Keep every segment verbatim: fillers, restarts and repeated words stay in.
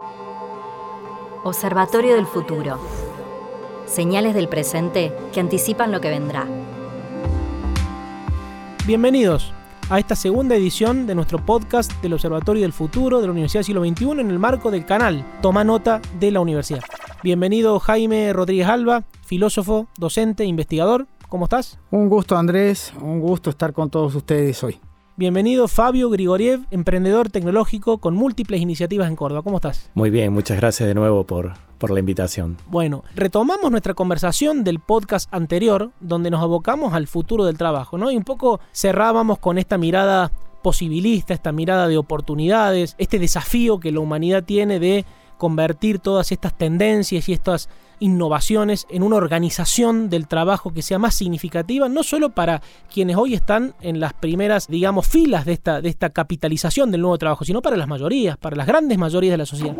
Observatorio del futuro. Señales del presente que anticipan lo que vendrá. Bienvenidos a esta segunda edición de nuestro podcast del Observatorio del Futuro de la Universidad del Siglo veintiuno en el marco del canal Toma Nota de la Universidad. Bienvenido Jaime Rodríguez Alba, filósofo, docente, investigador. ¿Cómo estás? Un gusto, Andrés. Un gusto estar con todos ustedes hoy. Bienvenido Fabio Grigoriev, emprendedor tecnológico con múltiples iniciativas en Córdoba. ¿Cómo estás? Muy bien, muchas gracias de nuevo por, por la invitación. Bueno, retomamos nuestra conversación del podcast anterior, donde nos abocamos al futuro del trabajo, ¿no? Y un poco cerrábamos con esta mirada posibilista, esta mirada de oportunidades, este desafío que la humanidad tiene de convertir todas estas tendencias y estas innovaciones en una organización del trabajo que sea más significativa, no solo para quienes hoy están en las primeras, digamos, filas de esta, de esta capitalización del nuevo trabajo, sino para las mayorías, para las grandes mayorías de la sociedad.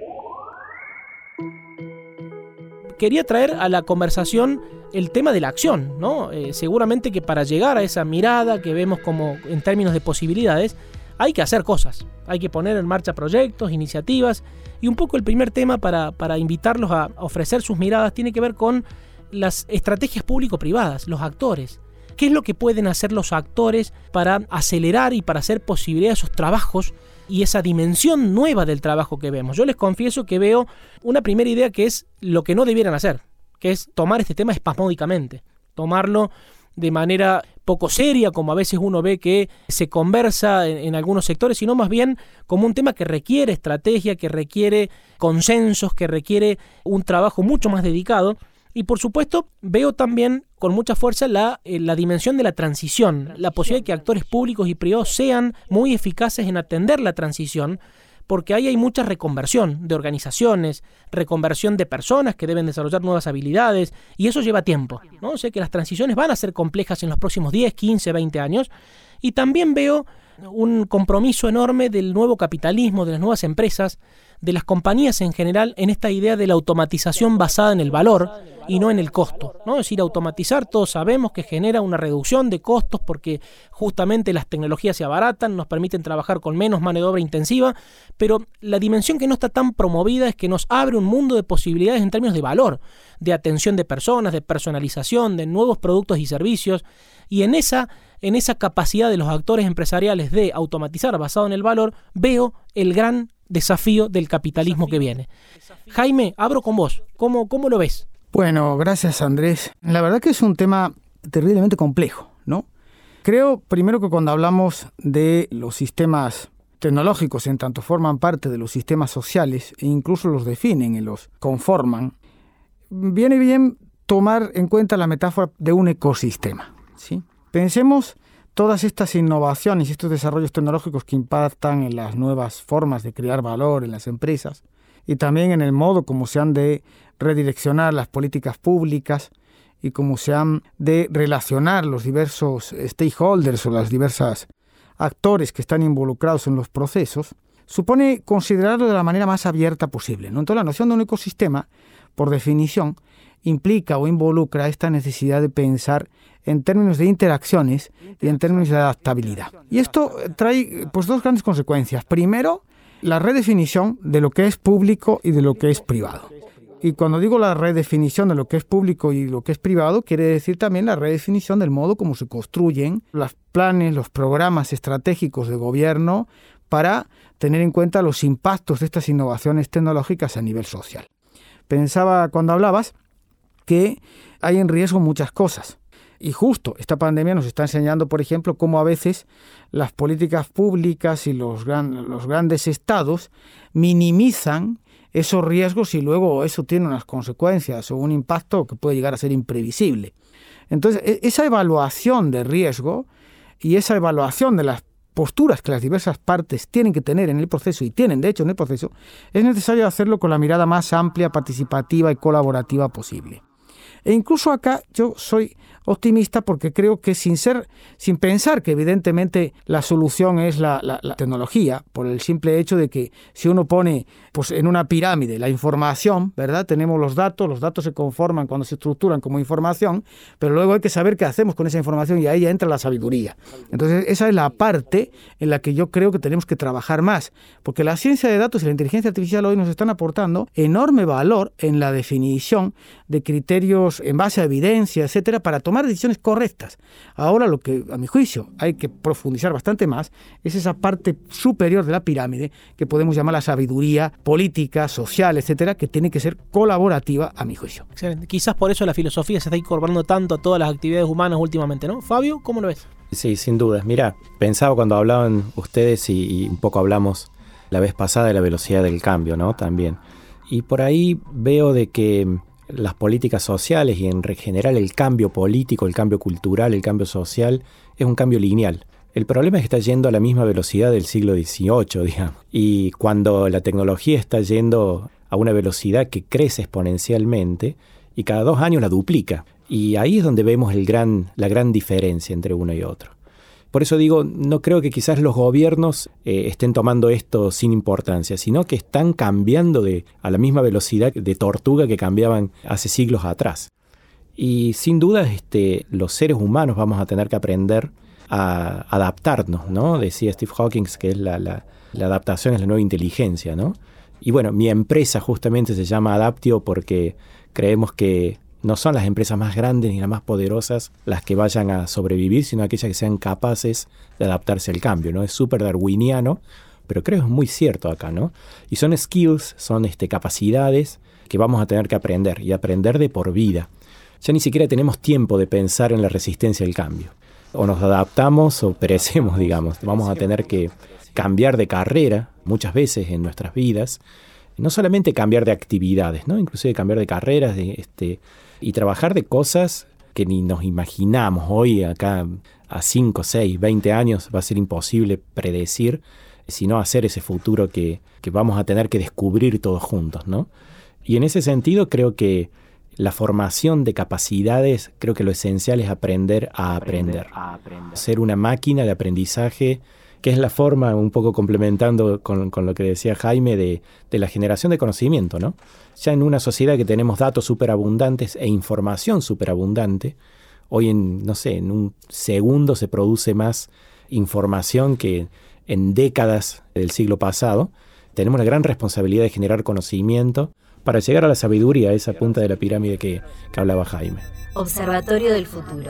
Quería traer a la conversación el tema de la acción, ¿no? Eh, seguramente que para llegar a esa mirada que vemos como en términos de posibilidades, hay que hacer cosas, hay que poner en marcha proyectos, iniciativas, y un poco el primer tema para, para invitarlos a ofrecer sus miradas tiene que ver con las estrategias público-privadas, los actores. ¿Qué es lo que pueden hacer los actores para acelerar y para hacer posibilidad esos trabajos y esa dimensión nueva del trabajo que vemos? Yo les confieso que veo una primera idea que es lo que no debieran hacer, que es tomar este tema espasmódicamente, tomarlo de manera poco seria, como a veces uno ve que se conversa en, en algunos sectores, sino más bien como un tema que requiere estrategia, que requiere consensos, que requiere un trabajo mucho más dedicado. Y por supuesto veo también con mucha fuerza la, eh, la dimensión de la transición, la posibilidad de que actores públicos y privados sean muy eficaces en atender la transición, porque ahí hay mucha reconversión de organizaciones, reconversión de personas que deben desarrollar nuevas habilidades, y eso lleva tiempo, ¿no? O sea que las transiciones van a ser complejas en los próximos diez, quince, veinte años, y también veo un compromiso enorme del nuevo capitalismo, de las nuevas empresas, de las compañías en general, en esta idea de la automatización basada en el valor y no en el costo, ¿no? Es decir, automatizar, todos sabemos que genera una reducción de costos porque justamente las tecnologías se abaratan, nos permiten trabajar con menos mano de obra intensiva, pero la dimensión que no está tan promovida es que nos abre un mundo de posibilidades en términos de valor, de atención de personas, de personalización, de nuevos productos y servicios, y en esa en esa capacidad de los actores empresariales de automatizar basado en el valor, veo el gran desafío del capitalismo que viene. Jaime, abro con vos. ¿Cómo, cómo lo ves? Bueno, gracias, Andrés. La verdad que es un tema terriblemente complejo, ¿no? Creo, primero, que cuando hablamos de los sistemas tecnológicos, en tanto forman parte de los sistemas sociales e incluso los definen y los conforman, viene bien tomar en cuenta la metáfora de un ecosistema, ¿sí? Pensemos todas estas innovaciones y estos desarrollos tecnológicos que impactan en las nuevas formas de crear valor en las empresas y también en el modo como se han de redireccionar las políticas públicas y cómo se han de relacionar los diversos stakeholders o los diversos actores que están involucrados en los procesos, supone considerarlo de la manera más abierta posible, ¿no? Entonces la noción de un ecosistema, por definición, implica o involucra esta necesidad de pensar en términos de interacciones y en términos de adaptabilidad. Y esto trae pues dos grandes consecuencias. Primero, la redefinición de lo que es público y de lo que es privado. Y cuando digo la redefinición de lo que es público y lo que es privado, quiere decir también la redefinición del modo como se construyen los planes, los programas estratégicos de gobierno para tener en cuenta los impactos de estas innovaciones tecnológicas a nivel social. Pensaba cuando hablabas que hay en riesgo muchas cosas. Y justo esta pandemia nos está enseñando, por ejemplo, cómo a veces las políticas públicas y los, gran, los grandes estados minimizan esos riesgos y luego eso tiene unas consecuencias o un impacto que puede llegar a ser imprevisible. Entonces, esa evaluación de riesgo y esa evaluación de las posturas que las diversas partes tienen que tener en el proceso, y tienen de hecho en el proceso, es necesario hacerlo con la mirada más amplia, participativa y colaborativa posible. E incluso acá yo soy optimista porque creo que sin ser, sin pensar que evidentemente la solución es la, la, la tecnología, por el simple hecho de que si uno pone pues, en una pirámide la información, ¿verdad? Tenemos los datos, los datos se conforman cuando se estructuran como información, pero luego hay que saber qué hacemos con esa información y ahí ya entra la sabiduría. Entonces esa es la parte en la que yo creo que tenemos que trabajar más, porque la ciencia de datos y la inteligencia artificial hoy nos están aportando enorme valor en la definición de criterios en base a evidencia, etcétera, para tomar decisiones correctas. Ahora lo que, a mi juicio, hay que profundizar bastante más es esa parte superior de la pirámide que podemos llamar la sabiduría política, social, etcétera, que tiene que ser colaborativa, a mi juicio. Excelente. Quizás por eso la filosofía se está incorporando tanto a todas las actividades humanas últimamente, ¿no? Fabio, ¿cómo lo ves? Sí, sin dudas. Mira, pensaba cuando hablaban ustedes y, y un poco hablamos la vez pasada de la velocidad del cambio, ¿no? También. Y por ahí veo de que las políticas sociales y en general el cambio político, el cambio cultural, el cambio social es un cambio lineal. El problema es que está yendo a la misma velocidad del siglo dieciocho, digamos. Y cuando la tecnología está yendo a una velocidad que crece exponencialmente y cada dos años la duplica. Y ahí es donde vemos el gran, la gran diferencia entre uno y otro. Por eso digo, no creo que quizás los gobiernos eh, estén tomando esto sin importancia, sino que están cambiando de, a la misma velocidad de tortuga que cambiaban hace siglos atrás. Y sin duda este, los seres humanos vamos a tener que aprender a adaptarnos, ¿no? Decía Steve Hawking que es la, la, la adaptación es la nueva inteligencia, ¿no? Y bueno, mi empresa justamente se llama Adaptio porque creemos que no son las empresas más grandes ni las más poderosas las que vayan a sobrevivir, sino aquellas que sean capaces de adaptarse al cambio, ¿no? Es súper darwiniano, pero creo que es muy cierto acá, ¿no? Y son skills, son este, capacidades que vamos a tener que aprender, y aprender de por vida. Ya ni siquiera tenemos tiempo de pensar en la resistencia al cambio. O nos adaptamos o perecemos, digamos. Vamos a tener que cambiar de carrera muchas veces en nuestras vidas. No solamente cambiar de actividades, ¿no? Inclusive cambiar de carreras, de, este, y trabajar de cosas que ni nos imaginamos. Hoy, acá, a cinco, seis, veinte años, va a ser imposible predecir, sino hacer ese futuro que, que vamos a tener que descubrir todos juntos, ¿no? Y en ese sentido creo que la formación de capacidades, creo que lo esencial es aprender a aprender. aprender, a aprender. Ser una máquina de aprendizaje, que es la forma, un poco complementando con, con lo que decía Jaime, de, de la generación de conocimiento, ¿no? Ya en una sociedad que tenemos datos superabundantes e información superabundante, hoy en, no sé, en un segundo se produce más información que en décadas del siglo pasado. Tenemos la gran responsabilidad de generar conocimiento para llegar a la sabiduría, a esa punta de la pirámide que, que hablaba Jaime. Observatorio del futuro.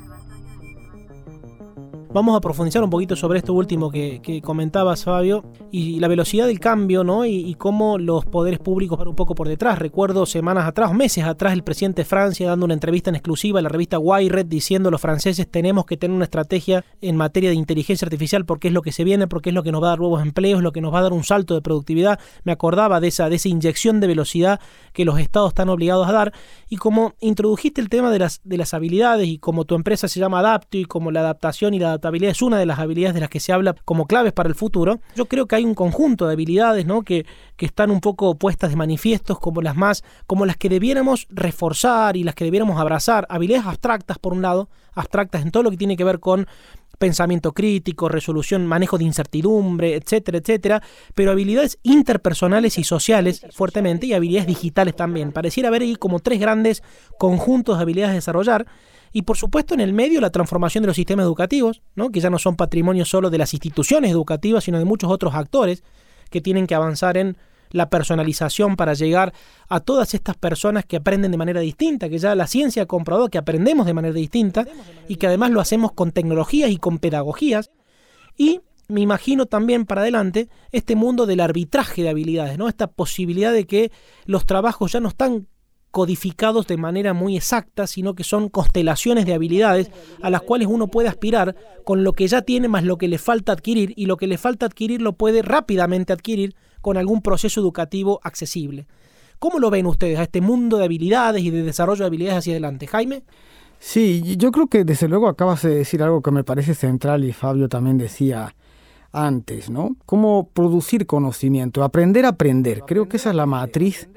Vamos a profundizar un poquito sobre esto último que, que comentabas, Fabio, y la velocidad del cambio, ¿no? Y, y cómo los poderes públicos van un poco por detrás. Recuerdo semanas atrás, meses atrás, el presidente de Francia dando una entrevista en exclusiva a la revista Wired diciendo los franceses tenemos que tener una estrategia en materia de inteligencia artificial porque es lo que se viene, porque es lo que nos va a dar nuevos empleos, lo que nos va a dar un salto de productividad. Me acordaba de esa, de esa inyección de velocidad que los estados están obligados a dar. Y como introdujiste el tema de las, de las habilidades y como tu empresa se llama Adaptio y como la adaptación y la adaptabilidad es una de las habilidades de las que se habla como claves para el futuro, yo creo que hay un conjunto de habilidades, ¿no? que, que están un poco puestas de manifiestos como las más, como las que debiéramos reforzar y las que debiéramos abrazar. Habilidades abstractas, por un lado, abstractas en todo lo que tiene que ver con pensamiento crítico, resolución, manejo de incertidumbre, etcétera, etcétera, pero habilidades interpersonales y sociales fuertemente y habilidades digitales también. Pareciera haber ahí como tres grandes conjuntos de habilidades a desarrollar. Y por supuesto en el medio la transformación de los sistemas educativos, ¿no? Que ya no son patrimonio solo de las instituciones educativas, sino de muchos otros actores que tienen que avanzar en la personalización para llegar a todas estas personas que aprenden de manera distinta, que ya la ciencia ha comprobado que aprendemos de manera distinta y que además lo hacemos con tecnologías y con pedagogías. Y me imagino también para adelante este mundo del arbitraje de habilidades, ¿no? Esta posibilidad de que los trabajos ya no están codificados de manera muy exacta, sino que son constelaciones de habilidades a las cuales uno puede aspirar con lo que ya tiene más lo que le falta adquirir, y lo que le falta adquirir lo puede rápidamente adquirir con algún proceso educativo accesible. ¿Cómo lo ven ustedes a este mundo de habilidades y de desarrollo de habilidades hacia adelante? Jaime. Sí, yo creo que desde luego acabas de decir algo que me parece central y Fabio también decía antes, ¿no? Cómo producir conocimiento, aprender a aprender. Creo que esa es la matriz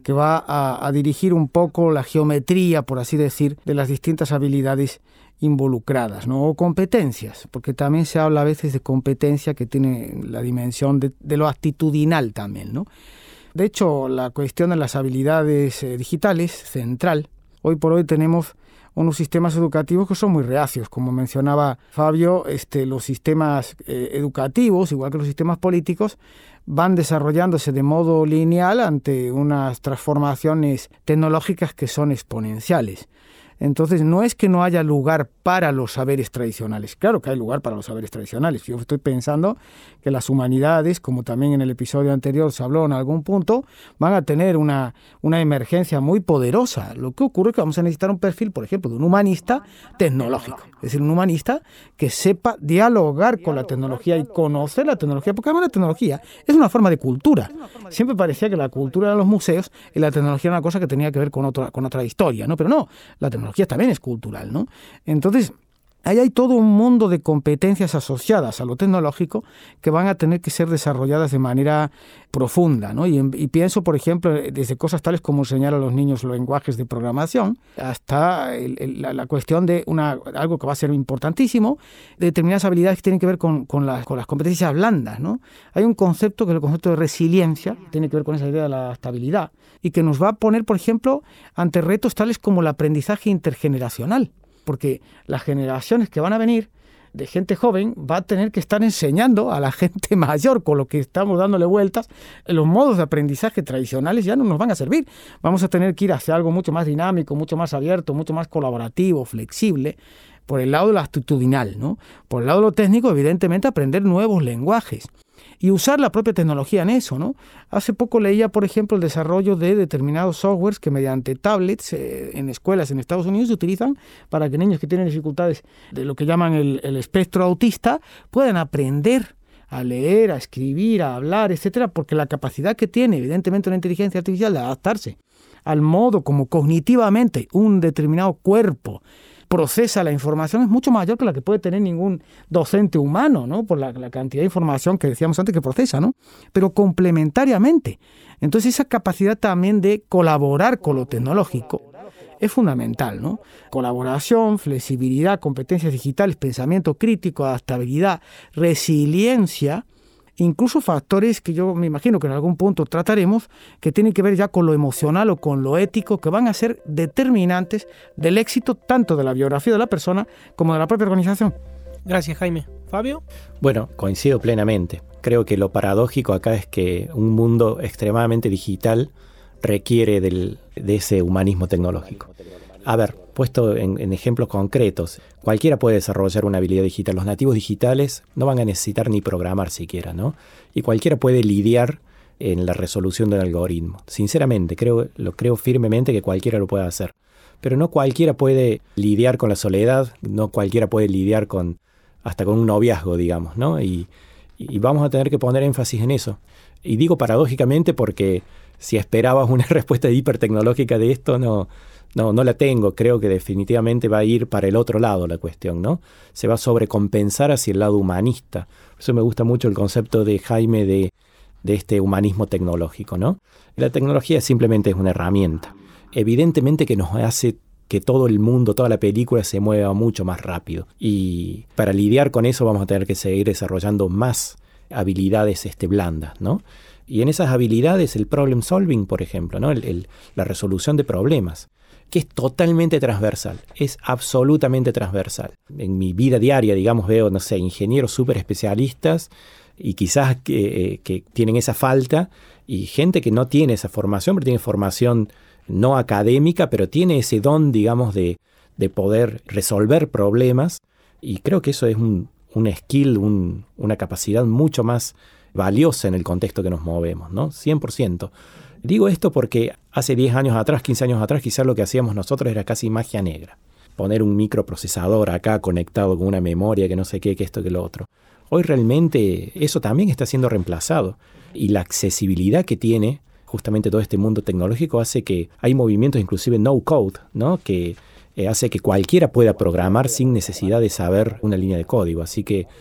que va a, a dirigir un poco la geometría, por así decir, de las distintas habilidades involucradas, ¿no? O competencias, porque también se habla a veces de competencia que tiene la dimensión de, de lo actitudinal también, ¿no? De hecho, la cuestión de las habilidades eh, digitales, central, hoy por hoy tenemos unos sistemas educativos que son muy reacios. Como mencionaba Fabio, este, los sistemas eh, educativos, igual que los sistemas políticos, van desarrollándose de modo lineal ante unas transformaciones tecnológicas que son exponenciales. Entonces, no es que no haya lugar para los saberes tradicionales. Claro que hay lugar para los saberes tradicionales. Yo estoy pensando que las humanidades, como también en el episodio anterior se habló en algún punto, van a tener una, una emergencia muy poderosa. Lo que ocurre es que vamos a necesitar un perfil, por ejemplo, de un humanista tecnológico. Es decir, un humanista que sepa dialogar con la tecnología y conocer la tecnología, porque además la tecnología es una forma de cultura. Siempre parecía que la cultura eran los museos y la tecnología era una cosa que tenía que ver con otra, con otra historia, ¿no? Pero no, la tecnología también es cultural, ¿no? Entonces, ahí hay todo un mundo de competencias asociadas a lo tecnológico que van a tener que ser desarrolladas de manera profunda, ¿no? Y, y pienso, por ejemplo, desde cosas tales como enseñar a los niños los lenguajes de programación hasta el, el, la, la cuestión de una, algo que va a ser importantísimo, de determinadas habilidades que tienen que ver con, con, las, con las competencias blandas, ¿no? Hay un concepto que es el concepto de resiliencia, que tiene que ver con esa idea de la estabilidad, y que nos va a poner, por ejemplo, ante retos tales como el aprendizaje intergeneracional, porque las generaciones que van a venir de gente joven va a tener que estar enseñando a la gente mayor, con lo que estamos dándole vueltas. Los modos de aprendizaje tradicionales ya no nos van a servir. Vamos a tener que ir hacia algo mucho más dinámico, mucho más abierto, mucho más colaborativo, flexible, por el lado de lo actitudinal, ¿no? Por el lado de lo técnico, evidentemente, aprender nuevos lenguajes y usar la propia tecnología en eso, ¿no? Hace poco leía, por ejemplo, el desarrollo de determinados softwares que mediante tablets eh, en escuelas en Estados Unidos se utilizan para que niños que tienen dificultades de lo que llaman el, el espectro autista puedan aprender a leer, a escribir, a hablar, etcétera, porque la capacidad que tiene, evidentemente, una inteligencia artificial de adaptarse al modo como cognitivamente un determinado cuerpo procesa la información es mucho mayor que la que puede tener ningún docente humano, ¿no? Por la, la cantidad de información que decíamos antes que procesa, ¿no? Pero complementariamente. Entonces esa capacidad también de colaborar con lo tecnológico es fundamental, ¿no? Colaboración, flexibilidad, competencias digitales, pensamiento crítico, adaptabilidad, resiliencia, incluso factores que yo me imagino que en algún punto trataremos, que tienen que ver ya con lo emocional o con lo ético, que van a ser determinantes del éxito tanto de la biografía de la persona como de la propia organización. Gracias, Jaime. ¿Fabio? Bueno, coincido plenamente. Creo que lo paradójico acá es que un mundo extremadamente digital requiere del, de ese humanismo tecnológico. A ver, puesto en, en ejemplos concretos, cualquiera puede desarrollar una habilidad digital. Los nativos digitales no van a necesitar ni programar siquiera, ¿no? Y cualquiera puede lidiar en la resolución de un algoritmo. Sinceramente, creo, lo creo firmemente que cualquiera lo puede hacer. Pero no cualquiera puede lidiar con la soledad, no cualquiera puede lidiar con hasta con un noviazgo, digamos, ¿no? Y, y vamos a tener que poner énfasis en eso. Y digo paradójicamente porque si esperabas una respuesta hipertecnológica de esto, no... No, no la tengo. Creo que definitivamente va a ir para el otro lado la cuestión, ¿no? Se va a sobrecompensar hacia el lado humanista. Por eso me gusta mucho el concepto de Jaime de, de este humanismo tecnológico, ¿no? La tecnología simplemente es una herramienta. Evidentemente que nos hace que todo el mundo, toda la película se mueva mucho más rápido. Y para lidiar con eso vamos a tener que seguir desarrollando más habilidades este, blandas, ¿no? Y en esas habilidades el problem solving, por ejemplo, ¿no? El, el, la resolución de problemas, que es totalmente transversal, es absolutamente transversal. En mi vida diaria, digamos, veo, no sé, ingenieros súper especialistas y quizás que, eh, que tienen esa falta, y gente que no tiene esa formación, pero tiene formación no académica, pero tiene ese don, digamos, de, de poder resolver problemas, y creo que eso es un, un skill, un, una capacidad mucho más valiosa en el contexto que nos movemos, ¿no? cien por ciento. Digo esto porque hace diez años atrás, quince años atrás, quizás lo que hacíamos nosotros era casi magia negra. Poner un microprocesador acá conectado con una memoria que no sé qué, que esto, que lo otro. Hoy realmente eso también está siendo reemplazado. Y la accesibilidad que tiene justamente todo este mundo tecnológico hace que hay movimientos inclusive no code, ¿no? Que eh, hace que cualquiera pueda programar sin necesidad de saber una línea de código. Así que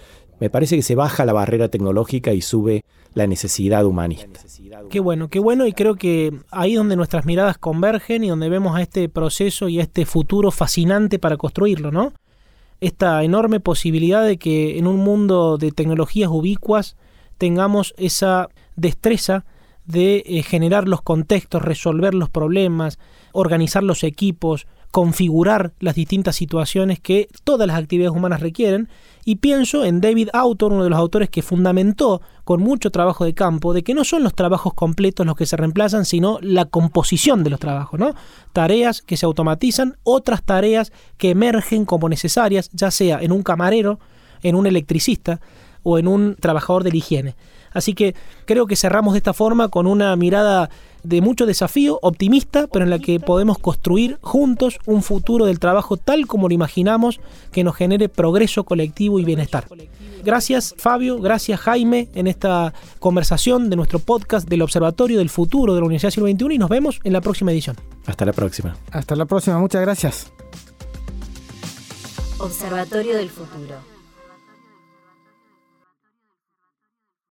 me parece que se baja la barrera tecnológica y sube la necesidad humanista. Qué bueno, qué bueno, y creo que ahí es donde nuestras miradas convergen y donde vemos a este proceso y a este futuro fascinante para construirlo, ¿no? Esta enorme posibilidad de que en un mundo de tecnologías ubicuas tengamos esa destreza de eh, generar los contextos, resolver los problemas, organizar los equipos, configurar las distintas situaciones que todas las actividades humanas requieren. Y pienso en David Autor, uno de los autores que fundamentó con mucho trabajo de campo de que no son los trabajos completos los que se reemplazan, sino la composición de los trabajos, ¿no? Tareas que se automatizan, otras tareas que emergen como necesarias, ya sea en un camarero, en un electricista o en un trabajador de la higiene. Así que creo que cerramos de esta forma con una mirada de mucho desafío, optimista, pero en la que podemos construir juntos un futuro del trabajo tal como lo imaginamos, que nos genere progreso colectivo y bienestar. Gracias Fabio, gracias Jaime en esta conversación de nuestro podcast del Observatorio del Futuro de la Universidad Siglo veintiuno y nos vemos en la próxima edición. Hasta la próxima. Hasta la próxima, muchas gracias. Observatorio del Futuro.